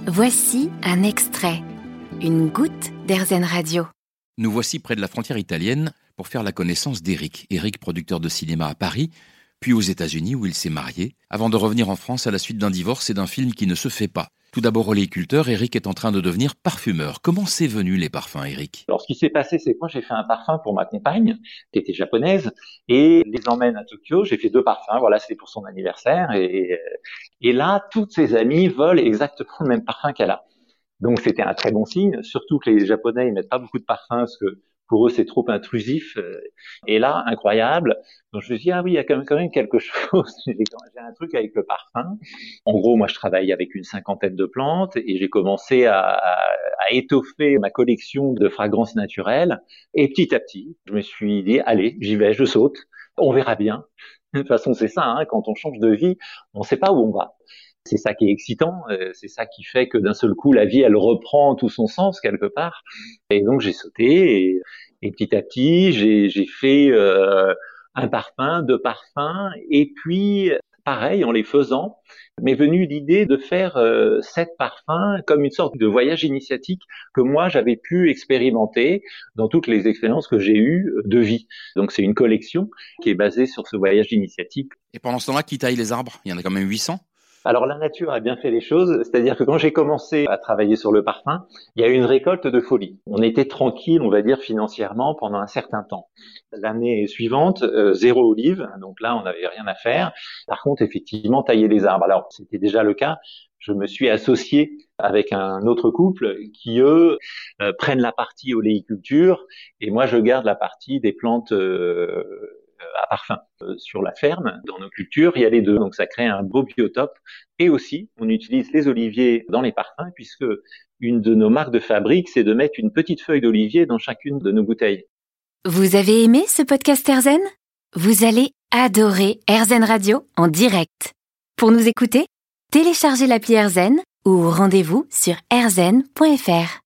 Voici un extrait, une goutte d'Airzen Radio. Nous voici près de la frontière italienne pour faire la connaissance d'Éric. Éric, producteur de cinéma à Paris, puis aux États-Unis où il s'est marié, avant de revenir en France à la suite d'un divorce et d'un film qui ne se fait pas. Tout d'abord oléiculteur, Éric est en train de devenir parfumeur. Comment c'est venu les parfums, Éric ? Alors, ce qui s'est passé, c'est que moi, j'ai fait un parfum pour ma compagne, qui était japonaise, et les emmène à Tokyo. J'ai fait 2 parfums, voilà, c'était pour son anniversaire. Et là, toutes ses amies veulent exactement le même parfum qu'elle a. Donc, c'était un très bon signe, surtout que les Japonais, ils mettent pas beaucoup de parfums, parce que pour eux, c'est trop intrusif. Et là, incroyable. Donc, je me suis dit, ah oui, il y a quand même quelque chose. J'ai un truc avec le parfum. En gros, moi, je travaille avec une 50aine de plantes et j'ai commencé à étoffer ma collection de fragrances naturelles. Et petit à petit, je me suis dit, allez, j'y vais, je saute. On verra bien. De toute façon, c'est ça, hein, quand on change de vie, on ne sait pas où on va. C'est ça qui est excitant, c'est ça qui fait que d'un seul coup, la vie, elle reprend tout son sens quelque part. Et donc, j'ai sauté et petit à petit, j'ai fait un parfum, 2 parfums, et puis, pareil, en les faisant, m'est venue l'idée de faire 7 parfums comme une sorte de voyage initiatique que moi, j'avais pu expérimenter dans toutes les expériences que j'ai eues de vie. Donc, c'est une collection qui est basée sur ce voyage initiatique. Et pendant ce temps-là, qui taille les arbres ? Il y en a quand même 800 ? Alors la nature a bien fait les choses, c'est-à-dire que quand j'ai commencé à travailler sur le parfum, il y a eu une récolte de folie. On était tranquille, on va dire financièrement pendant un certain temps. L'année suivante, 0 olive, donc là on n'avait rien à faire. Par contre, effectivement, tailler les arbres. Alors c'était déjà le cas. Je me suis associé avec un autre couple qui, eux, prennent la partie oléiculture et moi je garde la partie des plantes à parfum. Sur la ferme, dans nos cultures, il y a les deux, donc ça crée un beau biotope. Et aussi, on utilise les oliviers dans les parfums, puisque une de nos marques de fabrique, c'est de mettre une petite feuille d'olivier dans chacune de nos bouteilles. Vous avez aimé ce podcast Airzen ? Vous allez adorer Airzen Radio en direct. Pour nous écouter, téléchargez l'appli Airzen ou rendez-vous sur airzen.fr.